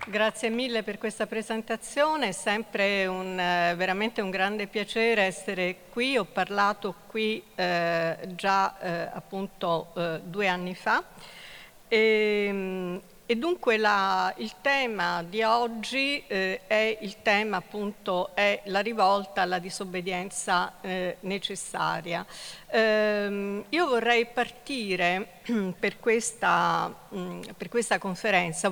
Grazie mille per questa presentazione, è sempre veramente un grande piacere essere qui. Ho parlato qui già appunto 2 anni fa e dunque il tema di oggi è la rivolta alla disobbedienza necessaria. Io vorrei partire per questa conferenza,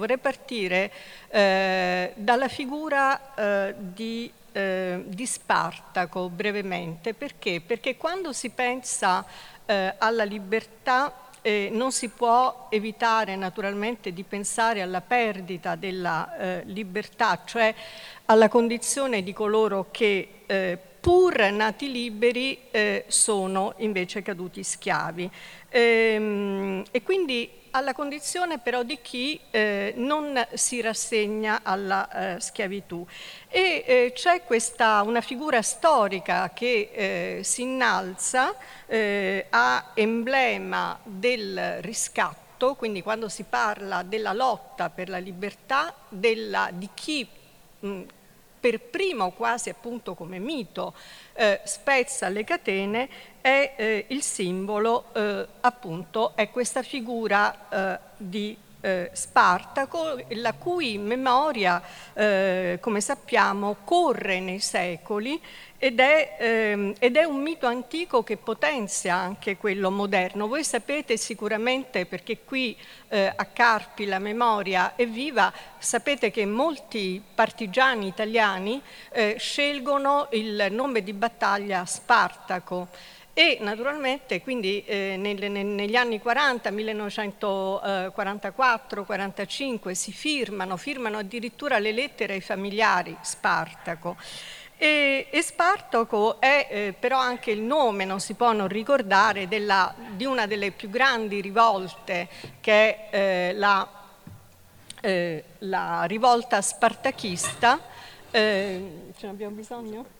dalla figura di Spartaco brevemente. Perché? Perché quando si pensa alla libertà non si può evitare naturalmente di pensare alla perdita della libertà, cioè alla condizione di coloro che pur nati liberi sono invece caduti schiavi. E quindi alla condizione però di chi non si rassegna alla schiavitù. E c'è una figura storica che si innalza a emblema del riscatto, quindi quando si parla della lotta per la libertà di chi per primo, quasi appunto come mito, spezza le catene, è il simbolo, appunto, è questa figura di Spartaco, la cui memoria, come sappiamo, corre nei secoli ed è un mito antico che potenzia anche quello moderno. Voi sapete sicuramente, perché qui a Carpi la memoria è viva, sapete che molti partigiani italiani scelgono il nome di battaglia Spartaco. E naturalmente quindi negli anni 40, 1944-45 si firmano addirittura le lettere ai familiari Spartaco. E Spartaco è però anche il nome, non si può non ricordare, di una delle più grandi rivolte, che è la rivolta spartachista. Ce ne abbiamo bisogno?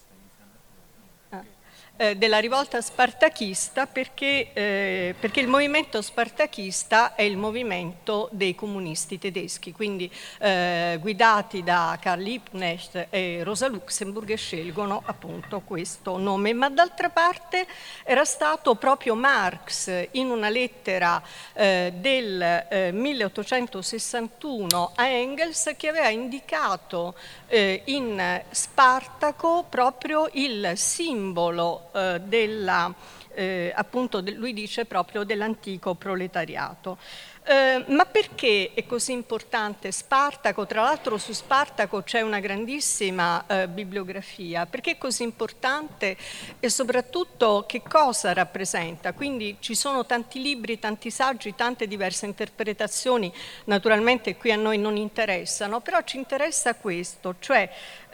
Della rivolta spartachista perché il movimento spartachista è il movimento dei comunisti tedeschi, quindi guidati da Karl Liebknecht e Rosa Luxemburg, scelgono appunto questo nome. Ma d'altra parte era stato proprio Marx, in una lettera del 1861 a Engels, che aveva indicato in Spartaco proprio il simbolo lui dice proprio dell'antico proletariato. Ma perché è così importante Spartaco? Tra l'altro su Spartaco c'è una grandissima bibliografia. Perché è così importante e soprattutto che cosa rappresenta? Quindi ci sono tanti libri, tanti saggi, tante diverse interpretazioni, naturalmente qui a noi non interessano, però ci interessa questo, cioè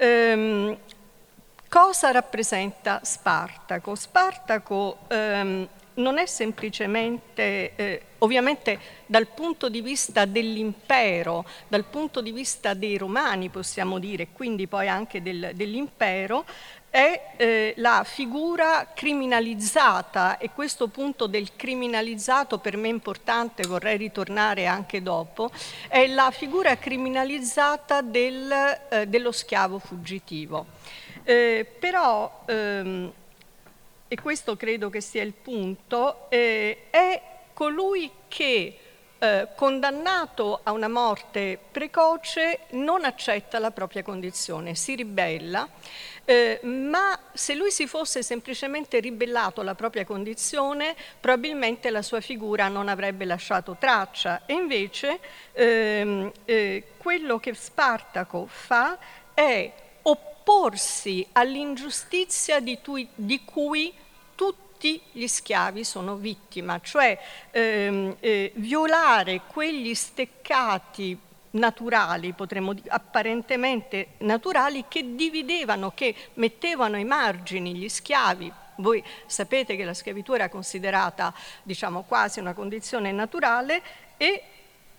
cosa rappresenta Spartaco? Spartaco non è semplicemente, ovviamente dal punto di vista dell'impero, dal punto di vista dei romani possiamo dire, quindi poi anche dell'impero, è la figura criminalizzata, e questo punto del criminalizzato per me è importante, vorrei ritornare anche dopo, è la figura criminalizzata dello schiavo fuggitivo. Però, e questo credo che sia il punto, è colui che, condannato a una morte precoce, non accetta la propria condizione, si ribella, ma se lui si fosse semplicemente ribellato alla propria condizione, probabilmente la sua figura non avrebbe lasciato traccia. E invece quello che Spartaco fa è opporsi all'ingiustizia di cui tutti gli schiavi sono vittima, cioè violare quegli steccati naturali, potremmo dire, apparentemente naturali, che dividevano, che mettevano ai margini gli schiavi. Voi sapete che la schiavitù era considerata, diciamo, quasi una condizione naturale, e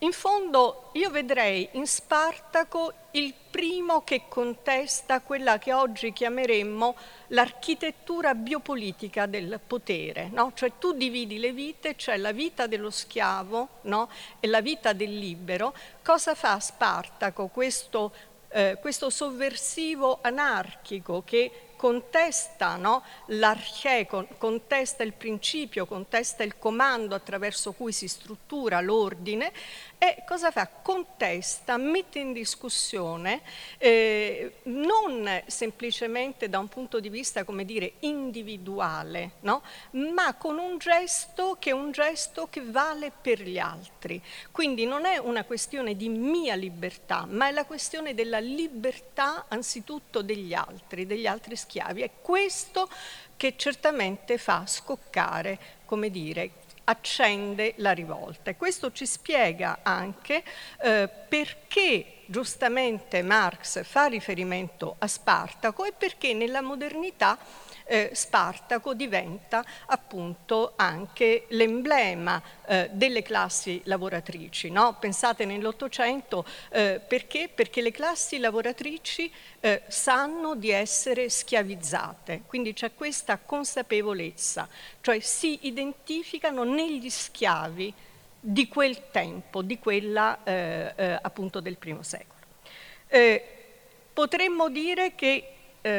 in fondo io vedrei in Spartaco il primo che contesta quella che oggi chiameremmo l'architettura biopolitica del potere, no? Cioè tu dividi le vite, c'è la vita dello schiavo, no? E la vita del libero. Cosa fa Spartaco, questo sovversivo anarchico che contesta, no? L'archè, contesta il principio, contesta il comando attraverso cui si struttura l'ordine, e cosa fa? Contesta, mette in discussione, non semplicemente da un punto di vista, come dire, individuale, no? Ma con un gesto che vale per gli altri. Quindi non è una questione di mia libertà, ma è la questione della libertà anzitutto degli altri schiavi. È questo che certamente fa scoccare, come dire, accende la rivolta. E questo ci spiega anche perché giustamente Marx fa riferimento a Spartaco e perché nella modernità Spartaco diventa appunto anche l'emblema delle classi lavoratrici, no? Pensate nell'Ottocento, perché? Perché le classi lavoratrici sanno di essere schiavizzate, quindi c'è questa consapevolezza, cioè si identificano negli schiavi di quel tempo, di quella appunto del primo secolo. Potremmo dire che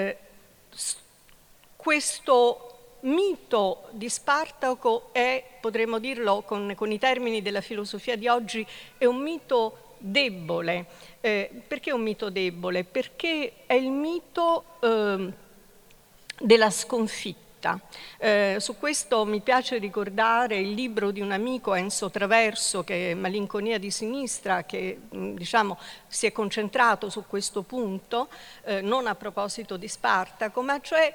questo mito di Spartaco è, potremmo dirlo con i termini della filosofia di oggi, è un mito debole. Perché è un mito debole? Perché è il mito della sconfitta. Su questo mi piace ricordare il libro di un amico, Enzo Traverso, che è Malinconia di sinistra, che diciamo si è concentrato su questo punto, non a proposito di Spartaco, ma cioè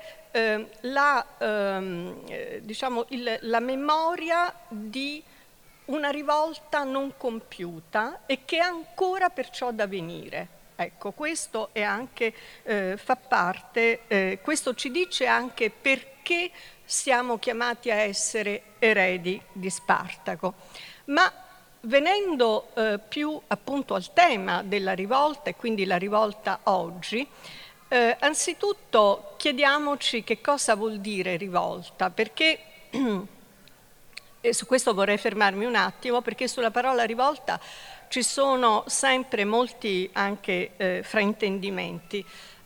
la memoria di una rivolta non compiuta e che è ancora perciò da venire. Ecco, questo è anche, fa parte, questo ci dice anche perché siamo chiamati a essere eredi di Spartaco. Ma venendo più appunto al tema della rivolta e quindi la rivolta oggi, anzitutto chiediamoci che cosa vuol dire rivolta, perché e su questo vorrei fermarmi un attimo, perché sulla parola rivolta ci sono sempre molti anche fraintendimenti.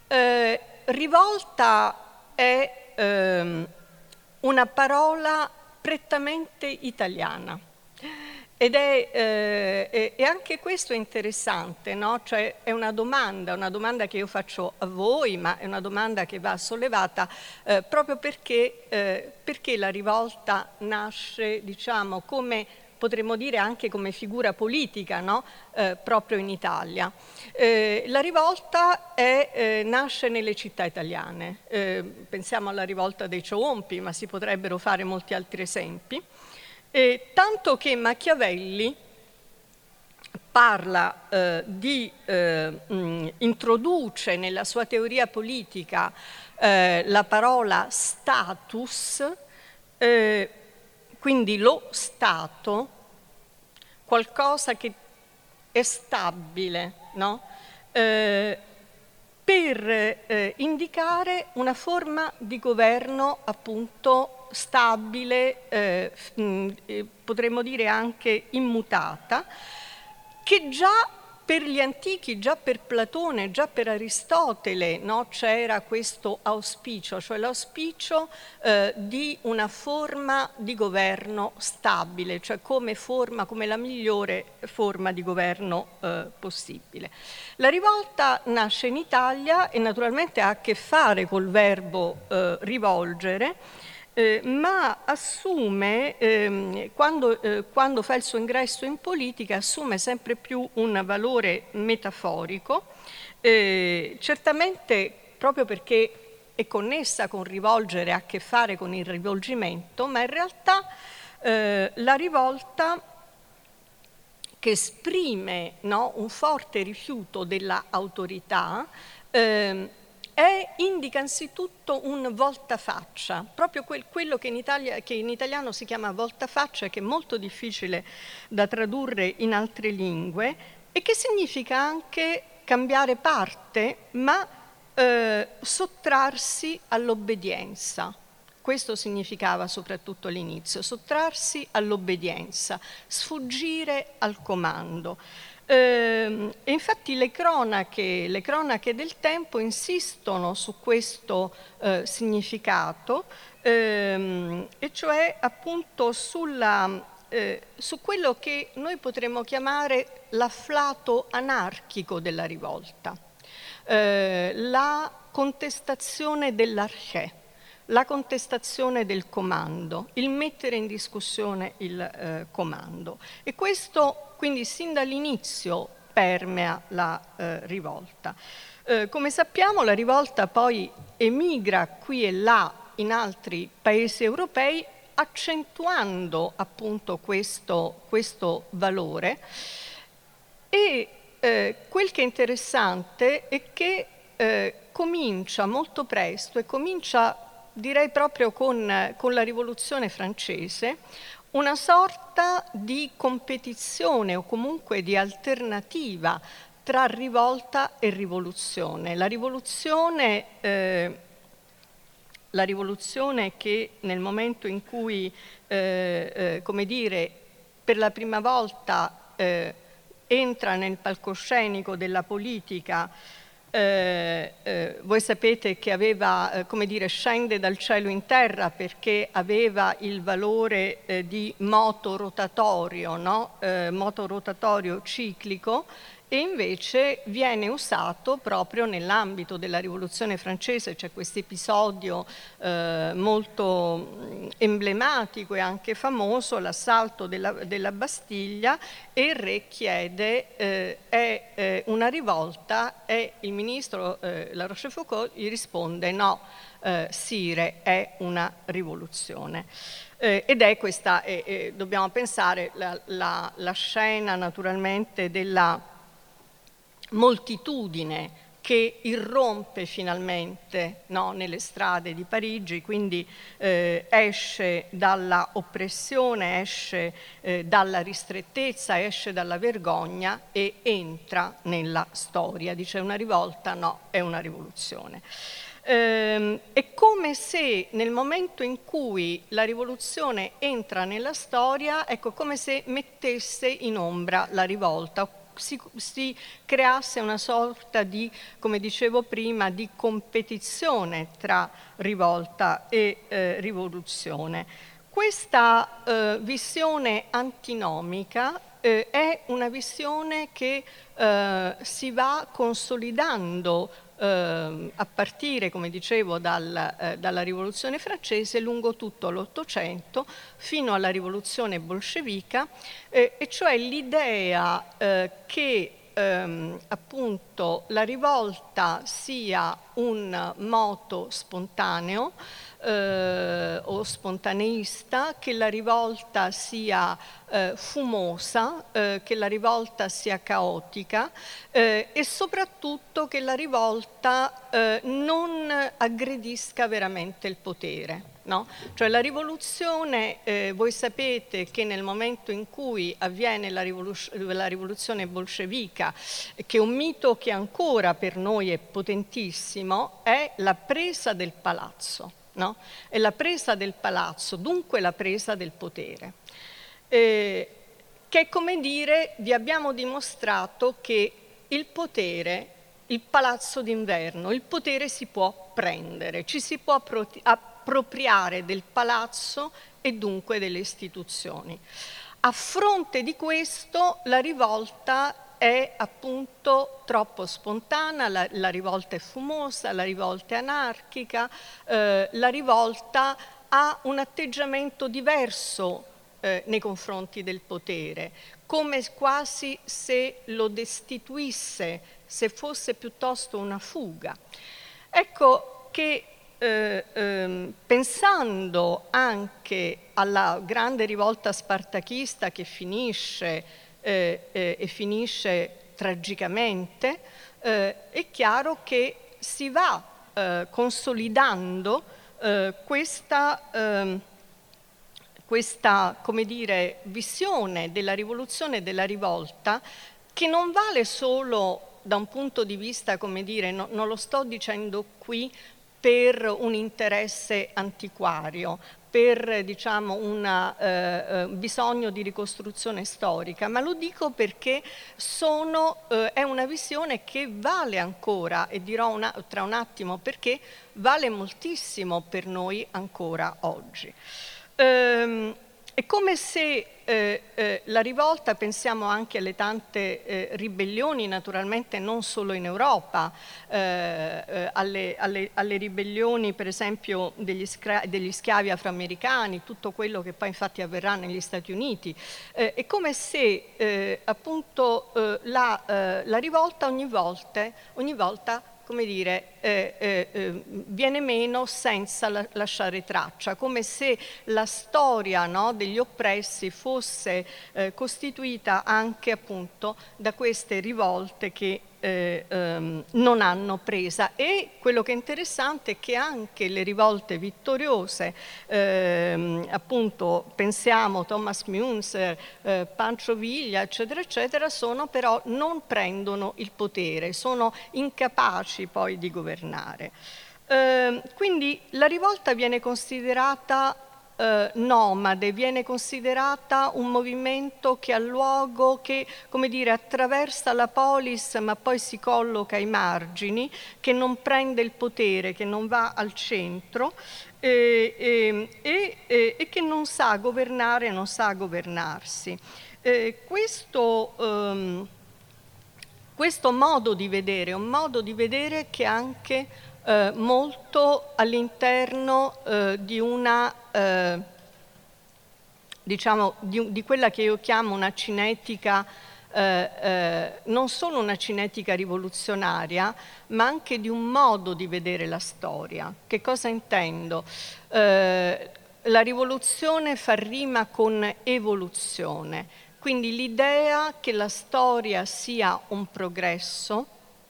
Rivolta è una parola prettamente italiana ed è anche questo interessante, no? Cioè è una domanda che io faccio a voi, ma è una domanda che va sollevata proprio perché la rivolta nasce, diciamo, come potremmo dire anche come figura politica, no? Proprio in Italia. La rivolta nasce nelle città italiane, pensiamo alla rivolta dei Ciompi, ma si potrebbero fare molti altri esempi, tanto che Machiavelli parla introduce nella sua teoria politica la parola status, quindi lo Stato, qualcosa che è stabile, no? Per indicare una forma di governo appunto stabile, potremmo dire anche immutata, che già per gli antichi, già per Platone, già per Aristotele, no, c'era questo auspicio, cioè l'auspicio di una forma di governo stabile, cioè come la migliore forma di governo possibile. La rivolta nasce in Italia e naturalmente ha a che fare col verbo rivolgere, ma assume, quando fa il suo ingresso in politica, assume sempre più un valore metaforico, certamente proprio perché è connessa con rivolgere, ha a che fare con il rivolgimento, ma in realtà la rivolta che esprime, no, un forte rifiuto della autorità, è indica anzitutto un voltafaccia, proprio quello che in italiano si chiama voltafaccia, che è molto difficile da tradurre in altre lingue e che significa anche cambiare parte, ma sottrarsi all'obbedienza. Questo significava soprattutto all'inizio, sottrarsi all'obbedienza, sfuggire al comando. E infatti le cronache del tempo insistono su questo significato, e cioè appunto su quello che noi potremmo chiamare l'afflato anarchico della rivolta, la contestazione dell'archè, la contestazione del comando, il mettere in discussione il comando. E questo quindi sin dall'inizio permea la rivolta. Come sappiamo, la rivolta poi emigra qui e là in altri paesi europei, accentuando appunto questo valore. E quel che è interessante è che comincia molto presto e comincia, direi proprio con la Rivoluzione francese, una sorta di competizione o comunque di alternativa tra rivolta e rivoluzione. La rivoluzione che nel momento in cui, come dire, per la prima volta entra nel palcoscenico della politica, voi sapete che aveva, come dire, scende dal cielo in terra perché aveva il valore di moto rotatorio, no? Moto rotatorio ciclico, e invece viene usato proprio nell'ambito della Rivoluzione francese. C'è questo episodio molto emblematico e anche famoso, l'assalto della Bastiglia, e il re chiede è una rivolta, e il ministro La Rochefoucauld gli risponde no, sire, è una rivoluzione. Ed è questa, dobbiamo pensare, la scena naturalmente della moltitudine che irrompe finalmente, no, nelle strade di Parigi, quindi esce dalla oppressione, esce dalla ristrettezza, esce dalla vergogna e entra nella storia. Dice una rivolta, no, è una rivoluzione. È come se nel momento in cui la rivoluzione entra nella storia, ecco, come se mettesse in ombra la rivolta, si creasse una sorta di, come dicevo prima, di competizione tra rivolta e rivoluzione. Questa visione antinomica è una visione che si va consolidando a partire, come dicevo, dalla Rivoluzione francese lungo tutto l'Ottocento fino alla Rivoluzione bolscevica, e cioè l'idea che appunto la rivolta sia un moto spontaneo o spontaneista, che la rivolta sia fumosa, che la rivolta sia caotica e soprattutto che la rivolta non aggredisca veramente il potere. No? Cioè la rivoluzione, voi sapete che nel momento in cui avviene la rivoluzione bolscevica, che è un mito che ancora per noi è potentissimo, è la presa del palazzo. No? È la presa del palazzo, dunque la presa del potere. Che è come dire: vi abbiamo dimostrato che il potere, il palazzo d'inverno, il potere si può prendere, ci si può appropriare del palazzo e dunque delle istituzioni. A fronte di questo, la rivolta è appunto troppo spontanea, la rivolta è fumosa, la rivolta è anarchica, la rivolta ha un atteggiamento diverso nei confronti del potere, come quasi se lo destituisse, se fosse piuttosto una fuga. Ecco che pensando anche alla grande rivolta spartachista che finisce e finisce tragicamente, è chiaro che si va consolidando questa, come dire, visione della rivoluzione e della rivolta, che non vale solo da un punto di vista, come dire, non lo sto dicendo qui per un interesse antiquario, per, diciamo, un bisogno di ricostruzione storica, ma lo dico perché è una visione che vale ancora, e dirò tra un attimo perché, vale moltissimo per noi ancora oggi. È come se la rivolta, pensiamo anche alle tante ribellioni, naturalmente non solo in Europa, alle ribellioni per esempio degli schiavi afroamericani, tutto quello che poi infatti avverrà negli Stati Uniti. È come se appunto la rivolta ogni volta come dire, viene meno senza lasciare traccia, come se la storia, no, degli oppressi fosse costituita anche appunto da queste rivolte che non hanno presa. E quello che è interessante è che anche le rivolte vittoriose, appunto pensiamo Thomas Münzer, Pancho Villa, eccetera, eccetera, però non prendono il potere, sono incapaci poi di governare. Quindi la rivolta viene considerata nomade, viene considerata un movimento che ha luogo, che, come dire, attraversa la polis ma poi si colloca ai margini, che non prende il potere, che non va al centro e che non sa governare, non sa governarsi. Questo modo di vedere è un modo di vedere che anche molto all'interno di una, diciamo, di quella che io chiamo una cinetica, non solo una cinetica rivoluzionaria, ma anche di un modo di vedere la storia. Che cosa intendo? La rivoluzione fa rima con evoluzione, quindi l'idea che la storia sia un progresso,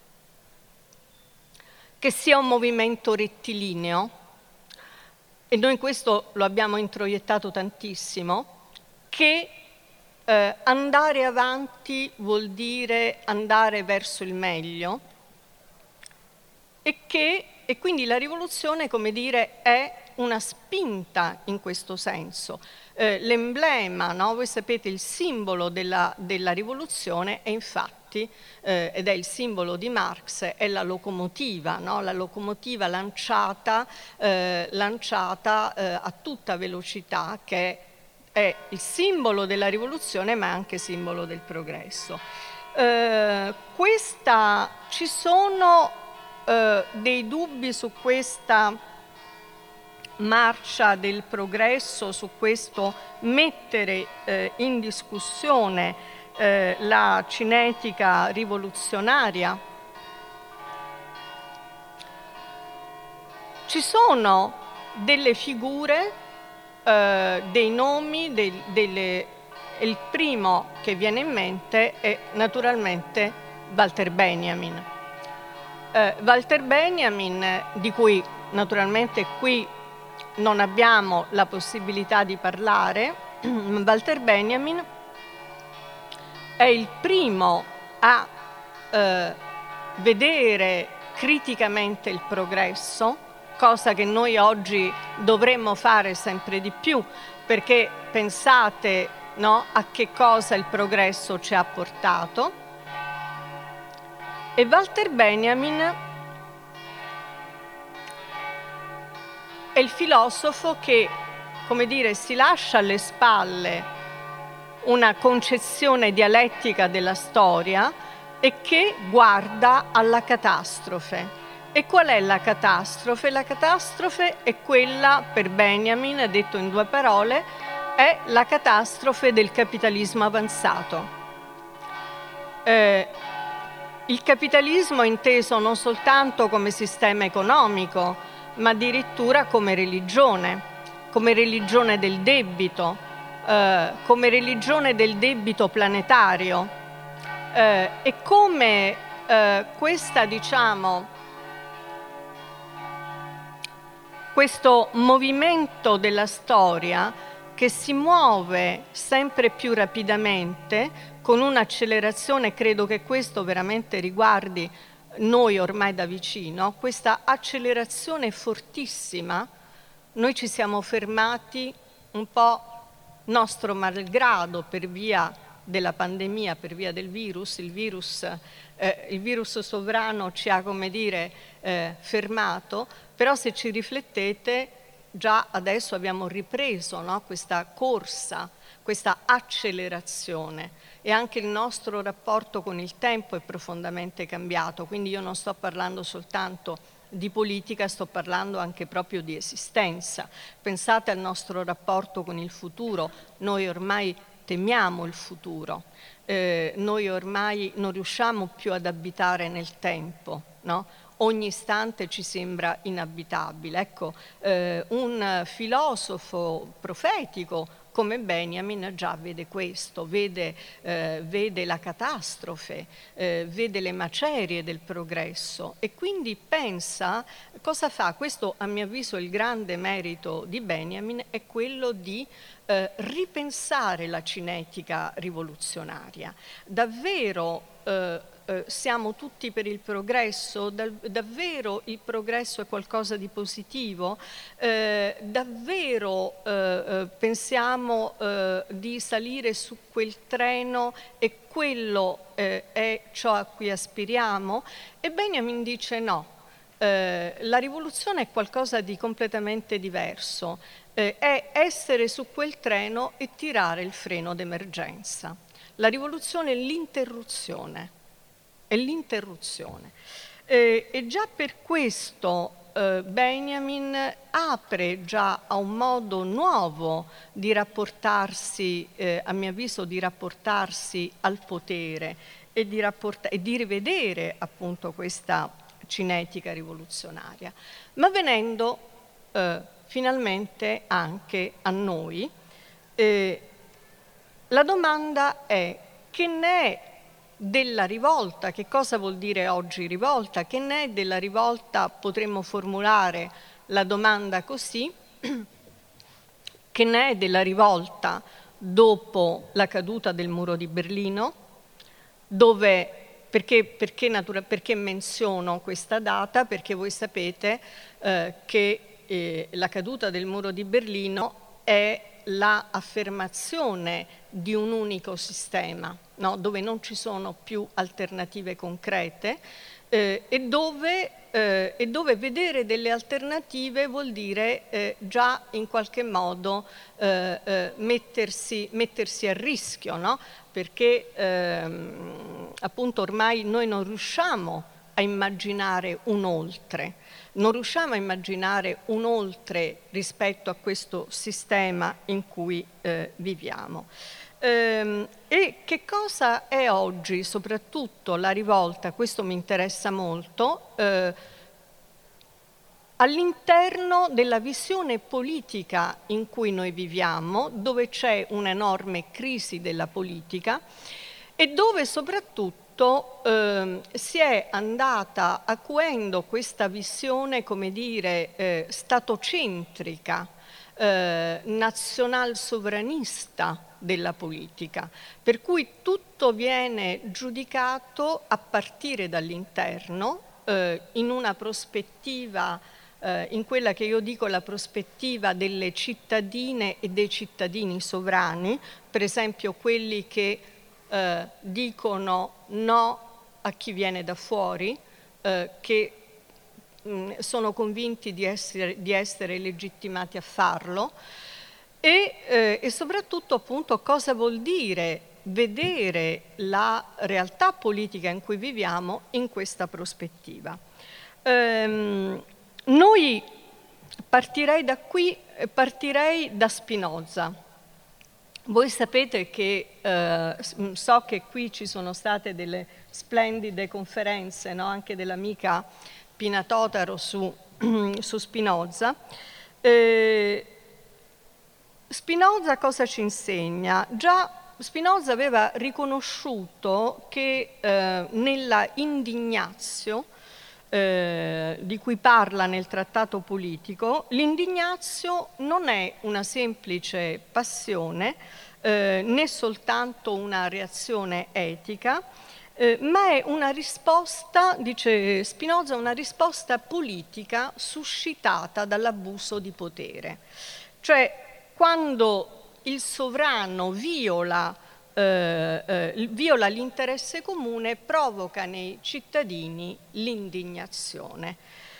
che sia un movimento rettilineo, e noi questo lo abbiamo introiettato tantissimo, che andare avanti vuol dire andare verso il meglio, e quindi la rivoluzione, come dire, è una spinta in questo senso. L'emblema, no? Voi sapete, il simbolo della rivoluzione è infatti, ed è il simbolo di Marx, è la locomotiva, no? La locomotiva lanciata a tutta velocità, che è il simbolo della rivoluzione ma anche simbolo del progresso. Ci sono dei dubbi su questa marcia del progresso, su questo mettere in discussione la cinetica rivoluzionaria. Ci sono delle figure, dei nomi, il primo che viene in mente è naturalmente Walter Benjamin. Walter Benjamin, di cui naturalmente qui non abbiamo la possibilità di parlare, Walter Benjamin è il primo a vedere criticamente il progresso, cosa che noi oggi dovremmo fare sempre di più, perché pensate, no, a che cosa il progresso ci ha portato. E Walter Benjamin è il filosofo che, come dire, si lascia alle spalle una concezione dialettica della storia e che guarda alla catastrofe. E qual è la catastrofe? La catastrofe è quella, per Benjamin, detto in due parole, è la catastrofe del capitalismo avanzato. Il capitalismo è inteso non soltanto come sistema economico, ma addirittura come religione del debito, come religione del debito planetario, e come questa, diciamo, questo movimento della storia che si muove sempre più rapidamente con un'accelerazione, credo che questo veramente riguardi noi ormai da vicino, questa accelerazione fortissima. Noi ci siamo fermati un po' nostro malgrado per via della pandemia, per via del virus. Il virus sovrano ci ha, come dire, fermato, però se ci riflettete già adesso abbiamo ripreso, no? Questa corsa, questa accelerazione, e anche il nostro rapporto con il tempo è profondamente cambiato, quindi io non sto parlando soltanto di politica, sto parlando anche proprio di esistenza. Pensate al nostro rapporto con il futuro, noi ormai temiamo il futuro, noi ormai non riusciamo più ad abitare nel tempo, no? Ogni istante ci sembra inabitabile. Ecco, un filosofo profetico come Benjamin già vede questo, vede la catastrofe, vede le macerie del progresso e quindi pensa, cosa fa? Questo a mio avviso il grande merito di Benjamin è quello di ripensare la cinetica rivoluzionaria. Davvero siamo tutti per il progresso? Davvero il progresso è qualcosa di positivo? Davvero pensiamo di salire su quel treno e quello è ciò a cui aspiriamo? E Benjamin dice no. La rivoluzione è qualcosa di completamente diverso, è essere su quel treno e tirare il freno d'emergenza. La rivoluzione è l'interruzione, e già per questo Benjamin apre già a un modo nuovo di rapportarsi, a mio avviso, di rapportarsi al potere e di rivedere appunto questa cinetica rivoluzionaria. Ma venendo finalmente anche a noi, la domanda è: che ne è della rivolta? Che cosa vuol dire oggi rivolta? Che ne è della rivolta? Potremmo formulare la domanda così: che ne è della rivolta dopo la caduta del muro di Berlino, dove perché menziono questa data? Perché voi sapete che la caduta del muro di Berlino è l'affermazione di un unico sistema, no? Dove non ci sono più alternative concrete e dove vedere delle alternative vuol dire già in qualche modo mettersi a rischio, no? Perché appunto ormai noi non riusciamo a immaginare un oltre, non riusciamo a immaginare un oltre rispetto a questo sistema in cui viviamo. E che cosa è oggi soprattutto la rivolta? Questo mi interessa molto. All'interno della visione politica in cui noi viviamo, dove c'è un'enorme crisi della politica e dove soprattutto si è andata acuendo questa visione, come dire, statocentrica, nazional sovranista della politica, per cui tutto viene giudicato a partire dall'interno in una prospettiva, in quella che io dico la prospettiva delle cittadine e dei cittadini sovrani, per esempio quelli che dicono no a chi viene da fuori, che sono convinti di essere legittimati a farlo, e soprattutto appunto cosa vuol dire vedere la realtà politica in cui viviamo in questa prospettiva. Noi partirei da qui, partirei da Spinoza. Voi sapete che so che qui ci sono state delle splendide conferenze, no? Anche dell'amica Pina Totaro su Spinoza. Spinoza cosa ci insegna? Già Spinoza aveva riconosciuto che nella indignazio di cui parla nel trattato politico, l'indignazio non è una semplice passione, né soltanto una reazione etica, ma è una risposta, dice Spinoza, una risposta politica suscitata dall'abuso di potere. Cioè, quando il sovrano viola l'interesse comune, provoca nei cittadini l'indignazione.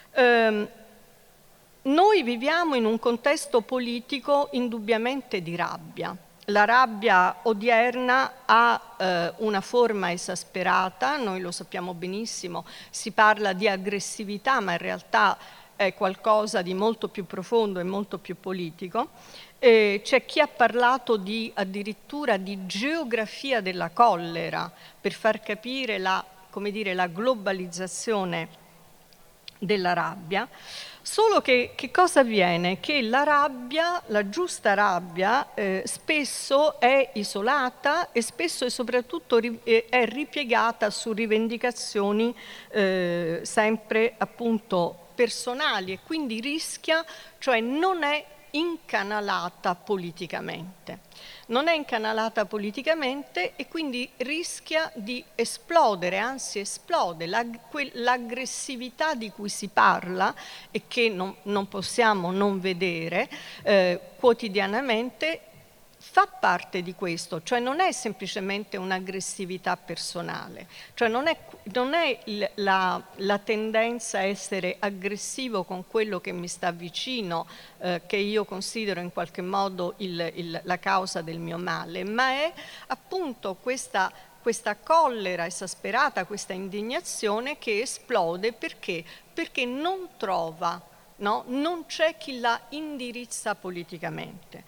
Noi viviamo in un contesto politico indubbiamente di rabbia. La rabbia odierna ha una forma esasperata, noi lo sappiamo benissimo, si parla di aggressività, ma in realtà è qualcosa di molto più profondo e molto più politico. C'è chi ha parlato addirittura di geografia della collera per far capire la globalizzazione della rabbia. Solo che cosa avviene? Che la rabbia, la giusta rabbia, spesso è isolata e spesso e soprattutto è ripiegata su rivendicazioni sempre appunto personali, e quindi rischia, cioè non è incanalata politicamente. Non è incanalata politicamente e quindi rischia di esplodere, anzi esplode. L'aggressività di cui si parla e che non possiamo non vedere quotidianamente fa parte di questo, cioè non è semplicemente un'aggressività personale, cioè non è la tendenza a essere aggressivo con quello che mi sta vicino, che io considero in qualche modo la causa del mio male, ma è appunto questa collera esasperata, questa indignazione che esplode perché non trova, no? Non c'è chi la indirizza politicamente.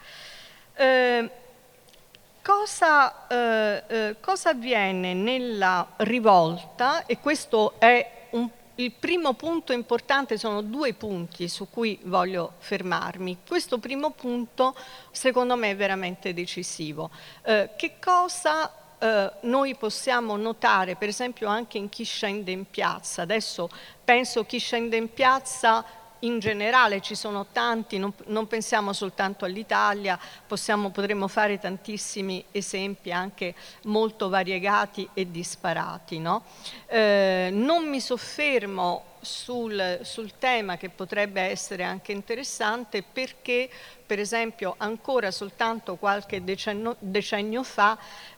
Cosa avviene nella rivolta? E questo è il primo punto importante, sono due punti su cui voglio fermarmi. Questo primo punto secondo me è veramente decisivo. Che cosa noi possiamo notare, per esempio, anche in chi scende in piazza? Adesso penso chi scende in piazza in generale, ci sono tanti, non pensiamo soltanto all'Italia, potremmo fare tantissimi esempi anche molto variegati e disparati, no? Non mi soffermo sul tema, che potrebbe essere anche interessante, perché per esempio ancora soltanto qualche decennio fa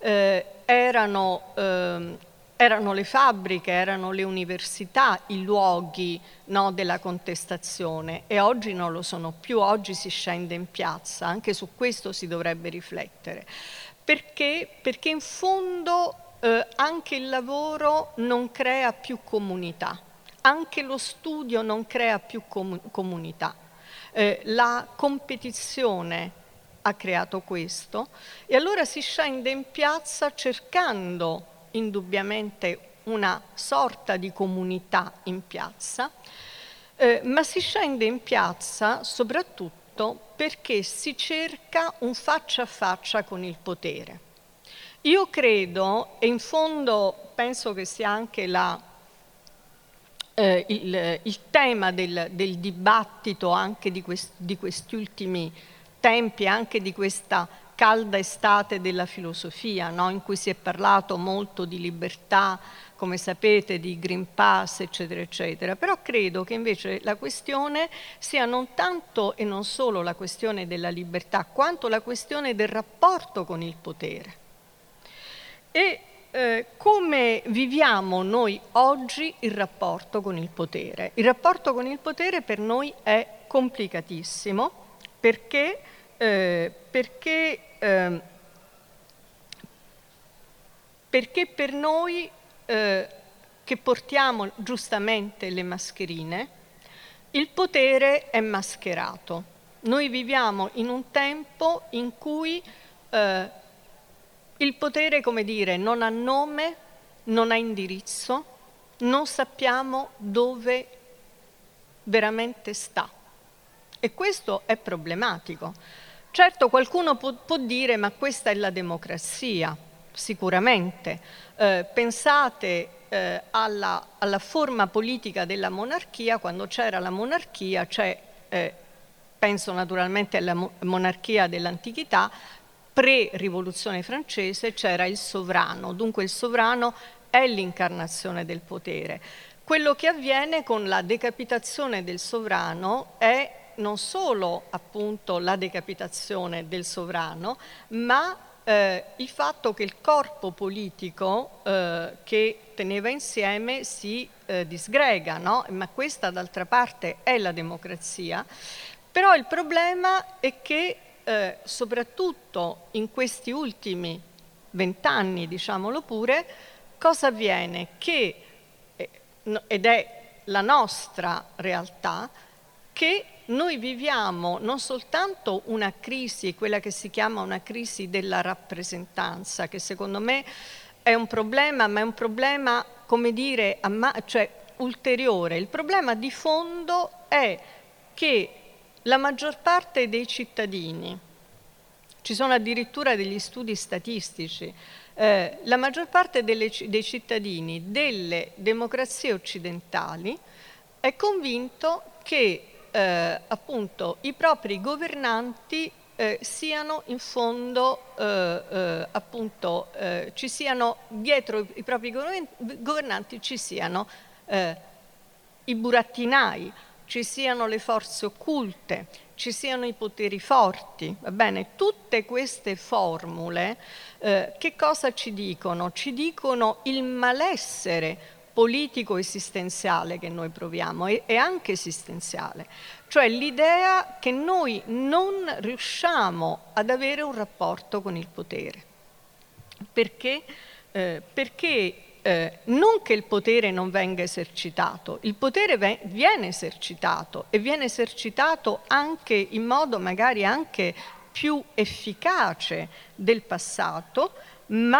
erano le fabbriche, erano le università i luoghi, no, della contestazione, e oggi non lo sono più. Oggi si scende in piazza, anche su questo si dovrebbe riflettere. Perché in fondo anche il lavoro non crea più comunità, anche lo studio non crea più comunità. La competizione ha creato questo, e allora si scende in piazza cercando indubbiamente una sorta di comunità in piazza, ma si scende in piazza soprattutto perché si cerca un faccia a faccia con il potere. Io credo, e in fondo penso che sia anche il tema del dibattito anche di questi ultimi tempi, anche di questa calda estate della filosofia, no? In cui si è parlato molto di libertà, come sapete, di Green Pass, eccetera, eccetera. Però credo che invece la questione sia non tanto e non solo la questione della libertà, quanto la questione del rapporto con il potere. E come viviamo noi oggi il rapporto con il potere? Il rapporto con il potere per noi è complicatissimo, perché per noi che portiamo giustamente le mascherine, il potere è mascherato. Noi viviamo in un tempo in cui il potere, come dire, non ha nome, non ha indirizzo, non sappiamo dove veramente sta. E questo è problematico. Certo, qualcuno può dire: ma questa è la democrazia. Sicuramente. Pensate alla forma politica della monarchia. Quando c'era la monarchia, penso naturalmente alla monarchia dell'antichità, pre-rivoluzione francese, c'era il sovrano, dunque il sovrano è l'incarnazione del potere. Quello che avviene con la decapitazione del sovrano è non solo appunto la decapitazione del sovrano, ma il fatto che il corpo politico che teneva insieme si disgrega, no? Ma questa d'altra parte è la democrazia. Però il problema è che soprattutto in questi ultimi 20 anni, diciamolo pure, cosa avviene? Che, ed è la nostra realtà, che noi viviamo non soltanto una crisi, quella che si chiama una crisi della rappresentanza, che secondo me è un problema, ma è un problema, come dire, cioè ulteriore. Il problema di fondo è che la maggior parte dei cittadini, ci sono addirittura degli studi statistici, la maggior parte dei cittadini delle democrazie occidentali è convinto che appunto i propri governanti siano in fondo, appunto, ci siano dietro i propri governanti ci siano i burattinai, ci siano le forze occulte, ci siano i poteri forti, va bene? Tutte queste formule che cosa ci dicono? Ci dicono il malessere politico esistenziale che noi proviamo e anche esistenziale, cioè l'idea che noi non riusciamo ad avere un rapporto con il potere. Perché? Perché non che il potere non venga esercitato, il potere viene esercitato e viene esercitato anche in modo magari anche più efficace del passato, ma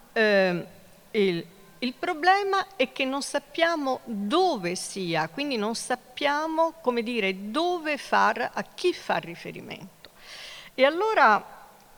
il problema è che non sappiamo dove sia, quindi non sappiamo, come dire, a chi far riferimento. E allora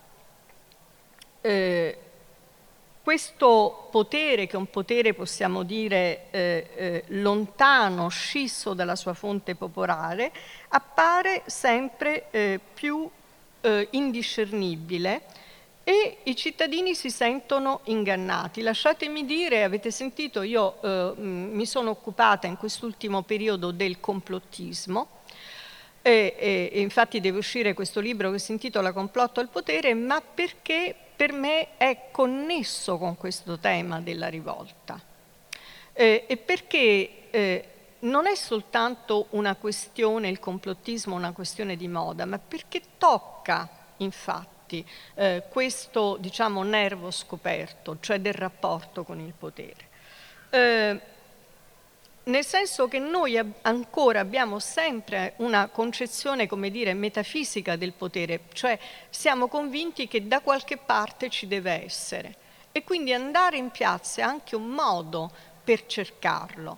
questo potere, che è un potere, possiamo dire, lontano, scisso dalla sua fonte popolare, appare sempre più indiscernibile e i cittadini si sentono ingannati. Lasciatemi dire, avete sentito, io mi sono occupata in quest'ultimo periodo del complottismo e infatti deve uscire questo libro che si intitola Complotto al potere, ma perché per me è connesso con questo tema della rivolta e perché non è soltanto una questione, il complottismo una questione di moda, ma perché tocca infatti questo, diciamo, nervo scoperto, cioè del rapporto con il potere. Nel senso che noi ancora abbiamo sempre una concezione, come dire, metafisica del potere, cioè siamo convinti che da qualche parte ci deve essere e quindi andare in piazza è anche un modo per cercarlo.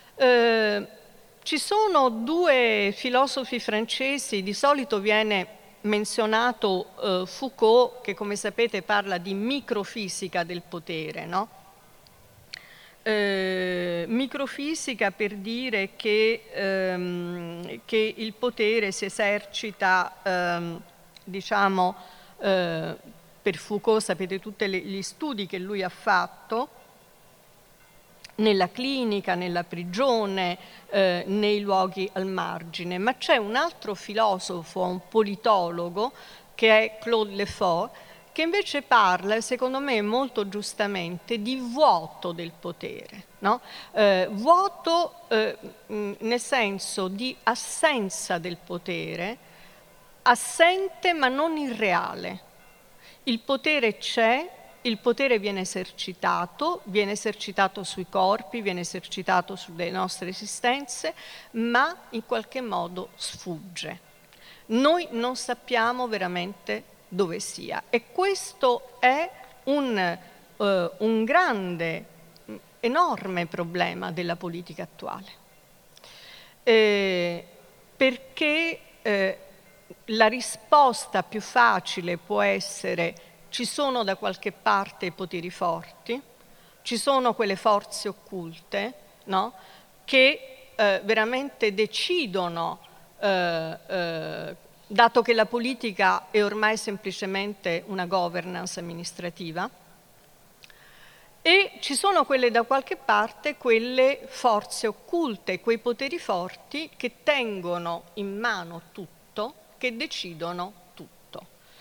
Ci sono due filosofi francesi, di solito viene menzionato Foucault, che come sapete parla di microfisica del potere, no? Microfisica per dire che il potere si esercita, diciamo, per Foucault sapete tutti gli studi che lui ha fatto, nella clinica, nella prigione, nei luoghi al margine. Ma c'è un altro filosofo, un politologo, che è Claude Lefort, che invece parla, secondo me molto giustamente, di vuoto del potere, no? Vuoto nel senso di assenza del potere, assente ma non irreale. Il potere c'è, il potere viene esercitato sui corpi, viene esercitato sulle nostre esistenze, ma in qualche modo sfugge. Noi non sappiamo veramente dove sia e questo è un grande, enorme problema della politica attuale, perché la risposta più facile può essere: ci sono da qualche parte poteri forti, ci sono quelle forze occulte, no? Che veramente decidono, dato che la politica è ormai semplicemente una governance amministrativa, e ci sono quelle da qualche parte, quelle forze occulte, quei poteri forti che tengono in mano tutto, che decidono tutto.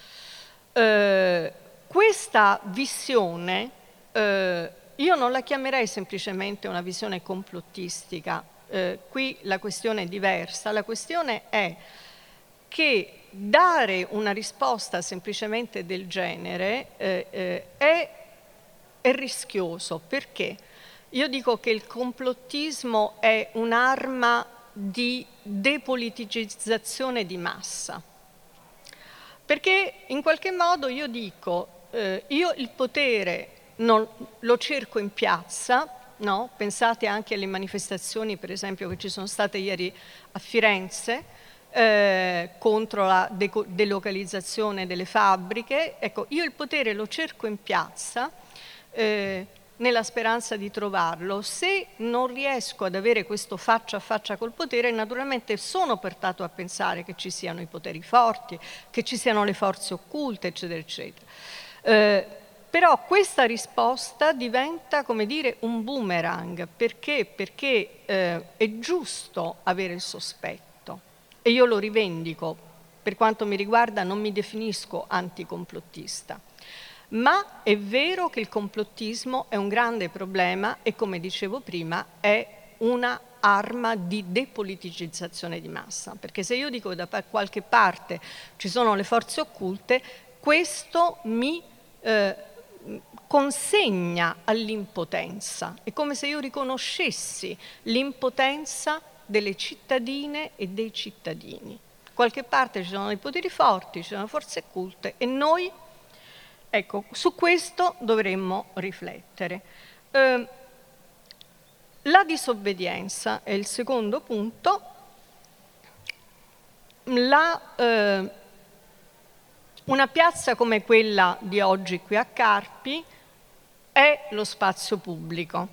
Questa visione, io non la chiamerei semplicemente una visione complottistica, qui la questione è diversa, la questione è che dare una risposta semplicemente del genere è rischioso. Perché? Io dico che il complottismo è un'arma di depoliticizzazione di massa. Perché in qualche modo io dico, io il potere non, lo cerco in piazza, no? Pensate anche alle manifestazioni, per esempio, che ci sono state ieri a Firenze, contro la delocalizzazione delle fabbriche. Ecco, io il potere lo cerco in piazza, nella speranza di trovarlo. Se non riesco ad avere questo faccia a faccia col potere, naturalmente sono portato a pensare che ci siano i poteri forti, che ci siano le forze occulte, eccetera, eccetera. Però questa risposta diventa, come dire, un boomerang. Perché? Perché è giusto avere il sospetto, e io lo rivendico. Per quanto mi riguarda non mi definisco anticomplottista. Ma è vero che il complottismo è un grande problema e, come dicevo prima, è una arma di depoliticizzazione di massa. Perché se io dico che da qualche parte ci sono le forze occulte, questo mi consegna all'impotenza. È come se io riconoscessi l'impotenza delle cittadine e dei cittadini. Da qualche parte ci sono dei poteri forti, ci sono forze occulte e noi, ecco, su questo dovremmo riflettere. La disobbedienza è il secondo punto. Una piazza come quella di oggi qui a Carpi è lo spazio pubblico.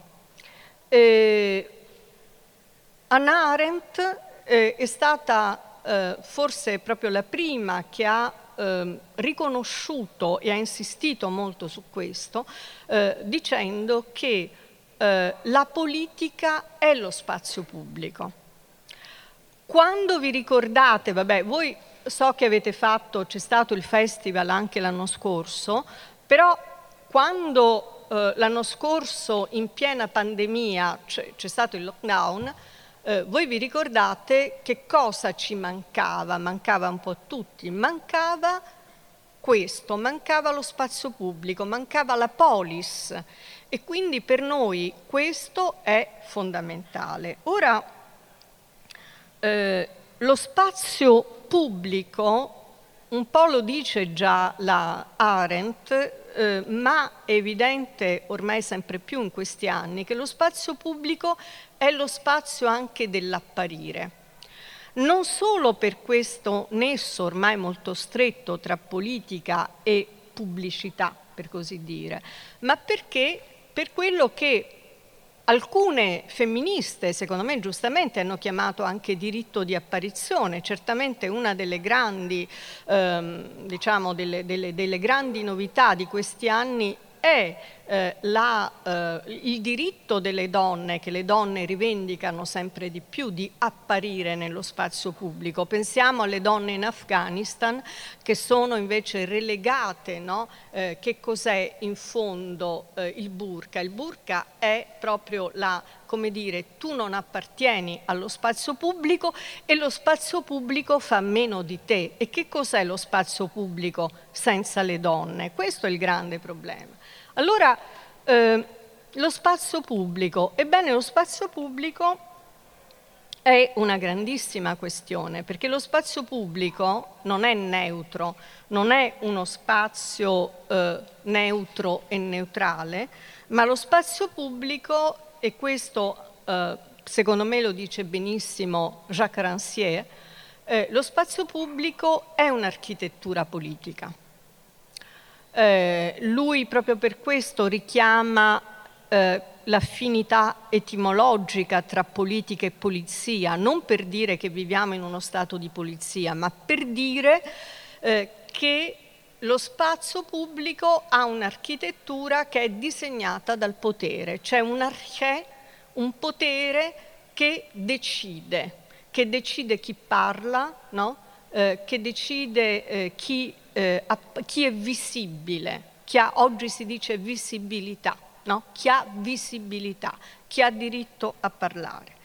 Hannah Arendt è stata forse proprio la prima che ha riconosciuto e ha insistito molto su questo, dicendo che la politica è lo spazio pubblico. Quando vi ricordate, vabbè, voi so che avete fatto, c'è stato il festival anche l'anno scorso, però quando l'anno scorso in piena pandemia c'è stato il lockdown, voi vi ricordate che cosa ci mancava? Mancava un po' a tutti, mancava questo, mancava lo spazio pubblico, mancava la polis, e quindi per noi questo è fondamentale. Ora, lo spazio pubblico, un po' lo dice già la Arendt, ma è evidente ormai sempre più in questi anni che lo spazio pubblico è lo spazio anche dell'apparire. Non solo per questo nesso ormai molto stretto tra politica e pubblicità, per così dire, ma perché per quello che alcune femministe, secondo me giustamente, hanno chiamato anche diritto di apparizione. Certamente una delle grandi, diciamo, delle grandi novità di questi anni è il diritto delle donne, che le donne rivendicano sempre di più, di apparire nello spazio pubblico. Pensiamo alle donne in Afghanistan che sono invece relegate, no? Che cos'è in fondo il burqa? Il burqa è proprio come dire, tu non appartieni allo spazio pubblico e lo spazio pubblico fa meno di te. E che cos'è lo spazio pubblico senza le donne? Questo è il grande problema. Allora, lo spazio pubblico, ebbene lo spazio pubblico è una grandissima questione, perché lo spazio pubblico non è neutro, non è uno spazio neutro e neutrale, ma lo spazio pubblico, e questo secondo me lo dice benissimo Jacques Rancière, lo spazio pubblico è un'architettura politica. Lui proprio per questo richiama l'affinità etimologica tra politica e polizia, non per dire che viviamo in uno stato di polizia, ma per dire che lo spazio pubblico ha un'architettura che è disegnata dal potere, c'è un potere che decide chi parla, no? Che decide chi è visibile, oggi si dice visibilità, no? Chi ha visibilità, chi ha diritto a parlare.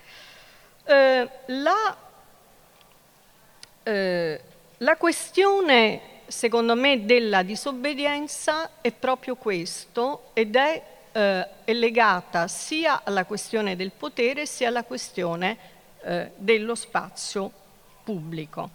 La questione, secondo me, della disobbedienza è proprio questo ed è legata sia alla questione del potere sia alla questione dello spazio pubblico.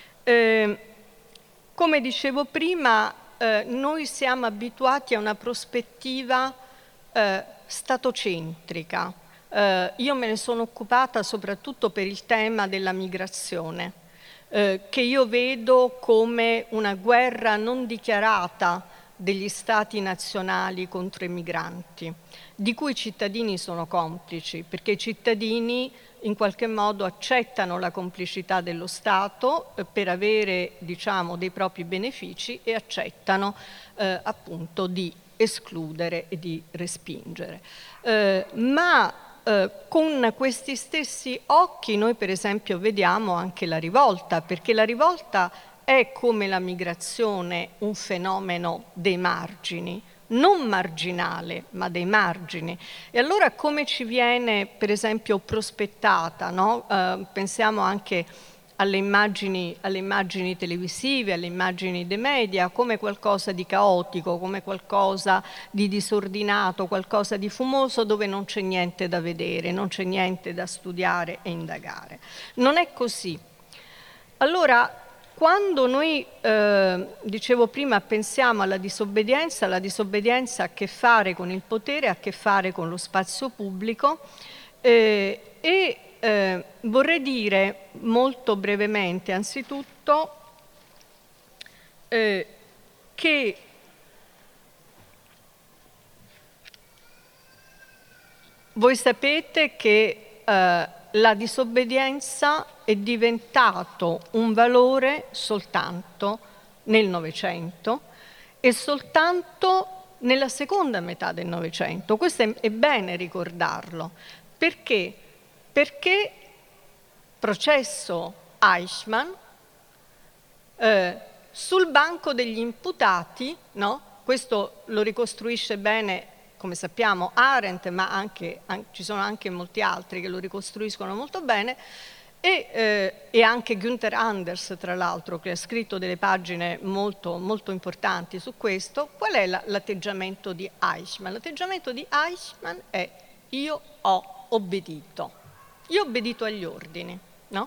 Come dicevo prima, noi siamo abituati a una prospettiva statocentrica. Io me ne sono occupata soprattutto per il tema della migrazione, che io vedo come una guerra non dichiarata degli stati nazionali contro i migranti, di cui i cittadini sono complici, perché i cittadini in qualche modo accettano la complicità dello Stato per avere, diciamo, dei propri benefici e accettano appunto di escludere e di respingere. Con questi stessi occhi noi per esempio vediamo anche la rivolta, perché la rivolta è come la migrazione un fenomeno dei margini, non marginale, ma dei margini. E allora come ci viene per esempio prospettata, no? Pensiamo anche alle immagini televisive, alle immagini dei media, come qualcosa di caotico, come qualcosa di disordinato, qualcosa di fumoso dove non c'è niente da vedere, non c'è niente da studiare e indagare. Non è così. Allora, quando noi, dicevo prima, pensiamo alla disobbedienza ha a che fare con il potere, ha a che fare con lo spazio pubblico vorrei dire molto brevemente, anzitutto, che voi sapete che la disobbedienza è diventato un valore soltanto nel Novecento e soltanto nella seconda metà del Novecento. Questo è bene ricordarlo. Perché? Perché processo Eichmann, sul banco degli imputati, no? Questo lo ricostruisce bene, come sappiamo, Arendt, ma ci sono anche molti altri che lo ricostruiscono molto bene, e anche Günther Anders, tra l'altro, che ha scritto delle pagine molto, molto importanti su questo. Qual è l'atteggiamento di Eichmann? L'atteggiamento di Eichmann è: io ho obbedito agli ordini, no?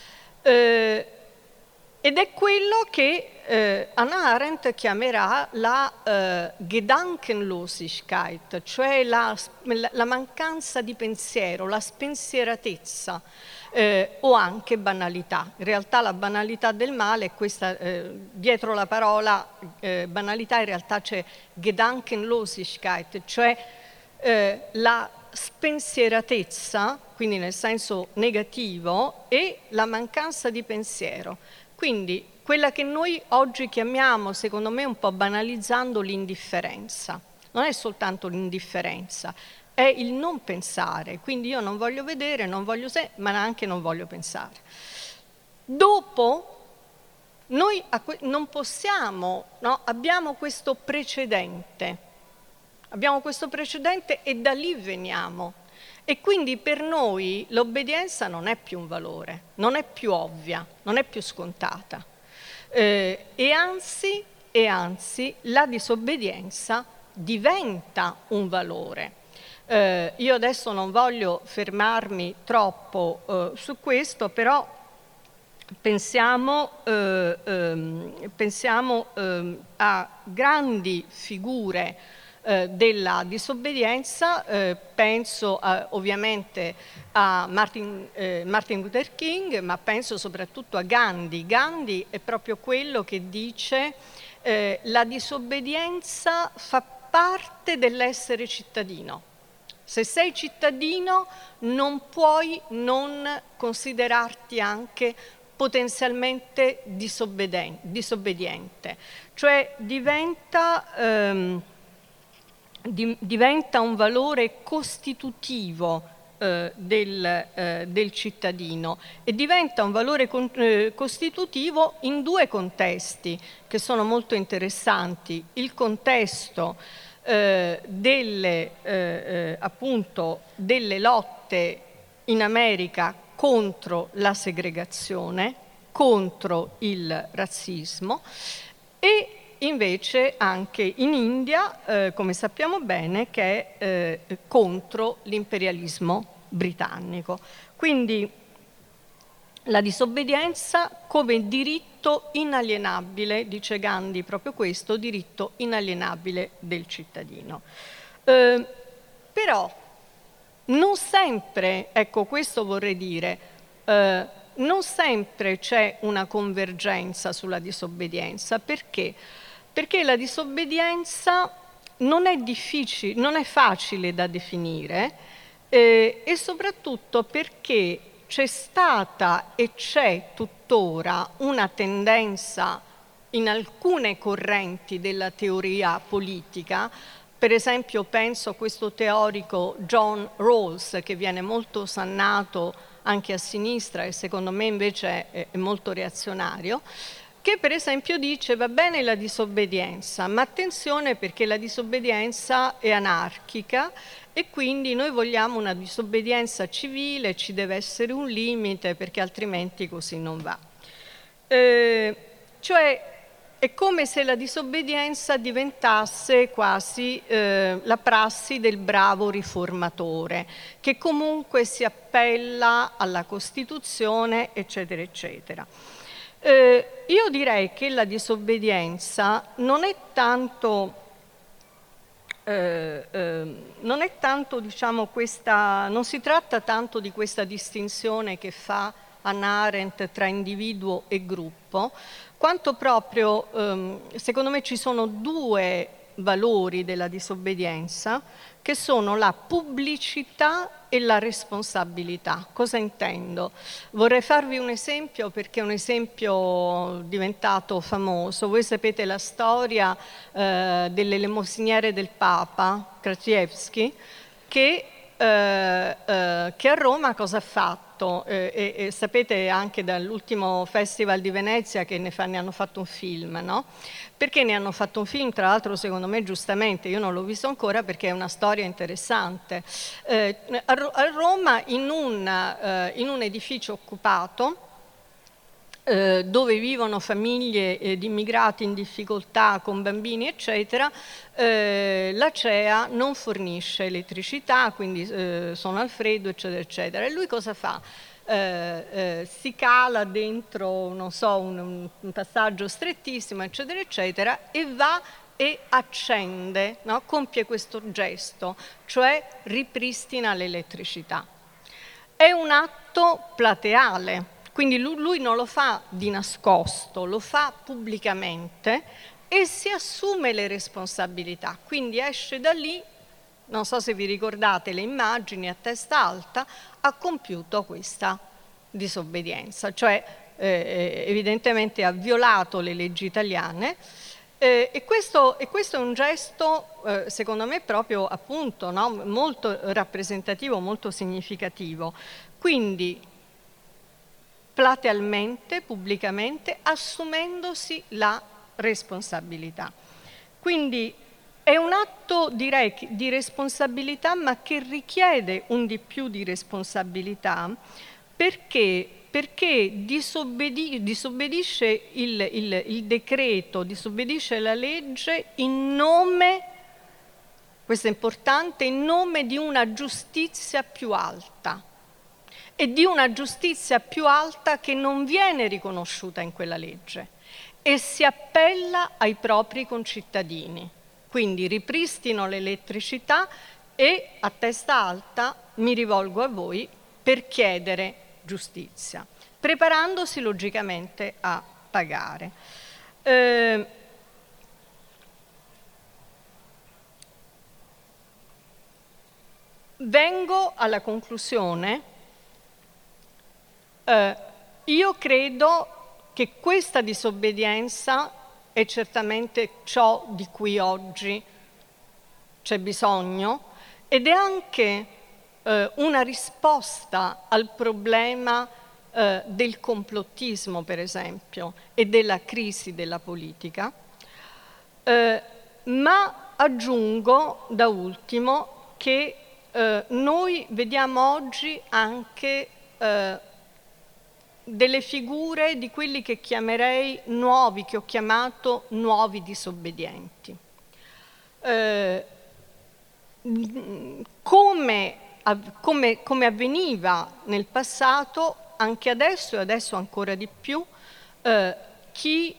Ed è quello che Hannah Arendt chiamerà la Gedankenlosigkeit, cioè la mancanza di pensiero, la spensieratezza, o anche banalità. In realtà la banalità del male è questa, dietro la parola banalità in realtà c'è Gedankenlosigkeit, cioè la spensieratezza, quindi nel senso negativo, e la mancanza di pensiero. Quindi quella che noi oggi chiamiamo, secondo me un po' banalizzando, l'indifferenza. Non è soltanto l'indifferenza, è il non pensare. Quindi io non voglio vedere, non voglio ma neanche non voglio pensare. Dopo noi non possiamo, no? Abbiamo questo precedente e da lì veniamo. E quindi per noi l'obbedienza non è più un valore, non è più ovvia, non è più scontata. E anzi la disobbedienza diventa un valore. Io adesso non voglio fermarmi troppo su questo, però pensiamo a grandi figure della disobbedienza, penso ovviamente a Martin Luther King, ma penso soprattutto a Gandhi. Gandhi è proprio quello che dice la disobbedienza fa parte dell'essere cittadino. Se sei cittadino non puoi non considerarti anche potenzialmente disobbediente, cioè diventa un valore costitutivo del cittadino e diventa un valore costitutivo in due contesti che sono molto interessanti. Il contesto appunto delle lotte in America contro la segregazione, contro il razzismo, e invece anche in India, come sappiamo bene, che è contro l'imperialismo britannico. Quindi la disobbedienza come diritto inalienabile, dice Gandhi proprio questo, diritto inalienabile del cittadino. Però non sempre, ecco questo vorrei dire, non sempre c'è una convergenza sulla disobbedienza. Perché? Perché la disobbedienza non è difficile, non è facile da definire e soprattutto perché c'è stata e c'è tuttora una tendenza in alcune correnti della teoria politica. Per esempio penso a questo teorico John Rawls, che viene molto osannato anche a sinistra e secondo me invece è molto reazionario, che per esempio dice va bene la disobbedienza, ma attenzione perché la disobbedienza è anarchica e quindi noi vogliamo una disobbedienza civile, ci deve essere un limite perché altrimenti così non va. Cioè è come se la disobbedienza diventasse quasi la prassi del bravo riformatore, che comunque si appella alla Costituzione, eccetera, eccetera. Io direi che la disobbedienza non è tanto, diciamo, non si tratta tanto di questa distinzione che fa Hannah Arendt tra individuo e gruppo, quanto proprio, secondo me ci sono due valori della disobbedienza che sono la pubblicità e la responsabilità. Cosa intendo? Vorrei farvi un esempio perché è un esempio diventato famoso. Voi sapete la storia delle elemosiniere del Papa, Krasiewski, che a Roma cosa ha fatto? E sapete anche dall'ultimo Festival di Venezia che ne hanno fatto un film, no? Perché ne hanno fatto un film, tra l'altro secondo me giustamente, io non l'ho visto ancora perché è una storia interessante. A Roma in un edificio occupato dove vivono famiglie di immigrati in difficoltà con bambini eccetera, l'Acea non fornisce elettricità, quindi sono al freddo eccetera eccetera. E lui cosa fa? Si cala dentro, non so, un passaggio strettissimo eccetera eccetera e va e accende, no? Compie questo gesto, cioè ripristina l'elettricità. È un atto plateale, quindi lui non lo fa di nascosto, lo fa pubblicamente e si assume le responsabilità. Quindi esce da lì, non so se vi ricordate le immagini, a testa alta, ha compiuto questa disobbedienza, cioè evidentemente ha violato le leggi italiane. E questo è un gesto, secondo me, proprio appunto, no? Molto rappresentativo, molto significativo. Quindi platealmente, pubblicamente, assumendosi la responsabilità. Quindi è un atto, direi, di responsabilità, ma che richiede un di più di responsabilità perché disobbedisce il decreto, disobbedisce la legge in nome, questo è importante, in nome di una giustizia più alta e di una giustizia più alta che non viene riconosciuta in quella legge e si appella ai propri concittadini. Quindi ripristino l'elettricità e a testa alta mi rivolgo a voi per chiedere giustizia, preparandosi logicamente a pagare. vengo alla conclusione. Io credo che questa disobbedienza è certamente ciò di cui oggi c'è bisogno, ed è anche una risposta al problema del complottismo, per esempio, e della crisi della politica, ma aggiungo da ultimo che noi vediamo oggi anche delle figure di quelli che chiamerei nuovi, che ho chiamato nuovi disobbedienti. Come avveniva nel passato, anche adesso e adesso ancora di più, chi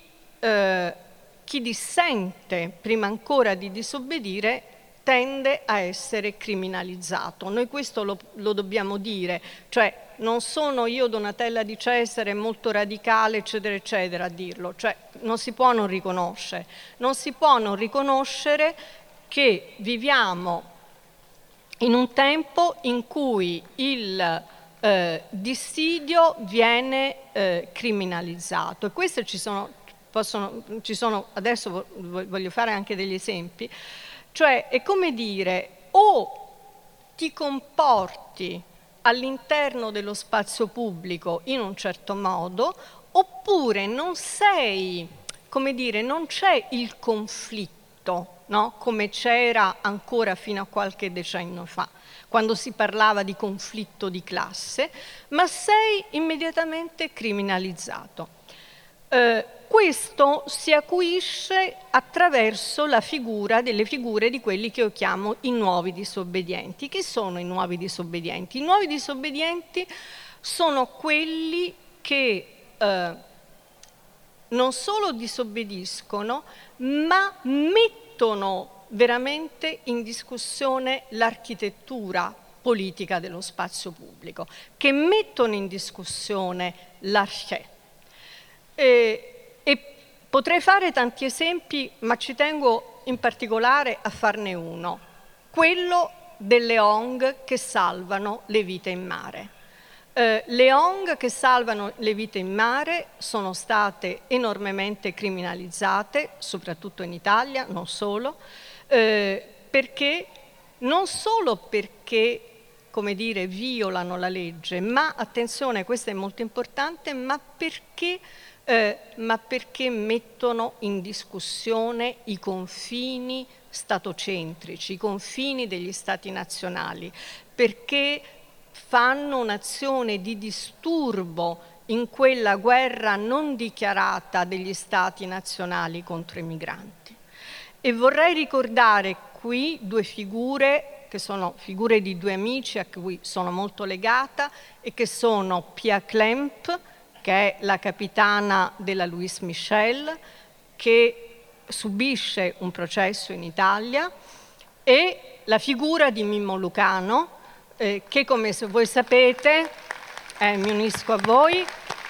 dissente prima ancora di disobbedire tende a essere criminalizzato. Noi questo lo dobbiamo dire, cioè non sono io, Donatella Di Cesare, molto radicale, eccetera, eccetera, a dirlo, cioè non si può non riconoscere. Non si può non riconoscere che viviamo in un tempo in cui il dissidio viene criminalizzato, e queste ci sono, adesso voglio fare anche degli esempi, cioè è come dire, o ti comporti all'interno dello spazio pubblico in un certo modo, oppure non sei, come dire, non c'è il conflitto, no? Come c'era ancora fino a qualche decennio fa, quando si parlava di conflitto di classe, ma sei immediatamente criminalizzato. Questo si acuisce attraverso la figura delle figure di quelli che io chiamo i nuovi disobbedienti. Chi sono i nuovi disobbedienti? I nuovi disobbedienti sono quelli che non solo disobbediscono, ma mettono veramente in discussione l'architettura politica dello spazio pubblico, che mettono in discussione l'archè. E potrei fare tanti esempi, ma ci tengo in particolare a farne uno, quello delle ONG che salvano le vite in mare. Le ONG che salvano le vite in mare sono state enormemente criminalizzate, soprattutto in Italia, non solo, perché non solo perché, come dire, violano la legge, ma attenzione, questo è molto importante, ma perché mettono in discussione i confini statocentrici, i confini degli stati nazionali, perché fanno un'azione di disturbo in quella guerra non dichiarata degli stati nazionali contro i migranti. E vorrei ricordare qui due figure che sono figure di due amici a cui sono molto legata e che sono Pia Klemp, che è la capitana della Louis Michel, che subisce un processo in Italia, e la figura di Mimmo Lucano, che come voi sapete, mi unisco a voi,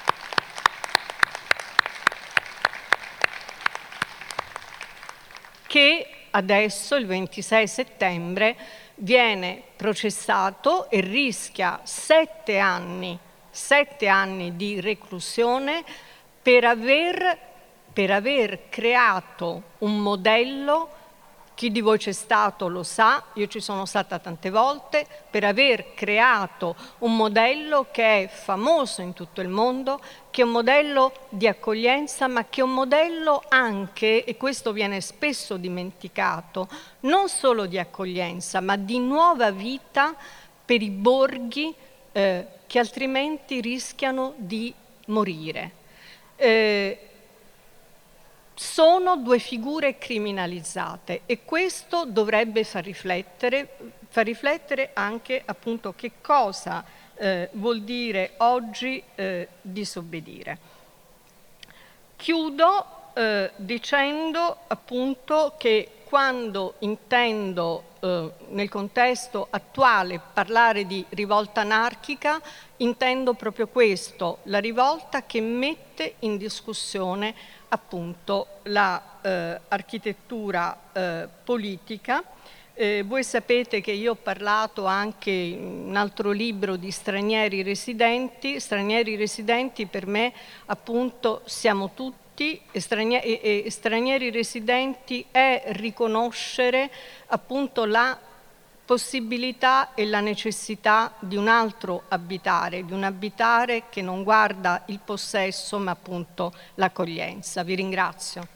che adesso, il 26 settembre, viene processato e rischia 7 anni di reclusione per aver creato un modello. Chi di voi c'è stato lo sa, io ci sono stata tante volte, per aver creato un modello che è famoso in tutto il mondo, che è un modello di accoglienza, ma che è un modello anche, e questo viene spesso dimenticato, non solo di accoglienza, ma di nuova vita per i borghi che altrimenti rischiano di morire. Sono due figure criminalizzate e questo dovrebbe far riflettere anche appunto che cosa vuol dire oggi disobbedire. Chiudo dicendo appunto che quando intendo nel contesto attuale parlare di rivolta anarchica, intendo proprio questo, la rivolta che mette in discussione appunto l'architettura politica, Voi sapete che io ho parlato anche in un altro libro di stranieri residenti. Stranieri residenti per me appunto siamo tutti, e stranieri residenti è riconoscere appunto la possibilità e la necessità di un altro abitare, di un abitare che non guarda il possesso ma appunto l'accoglienza. Vi ringrazio.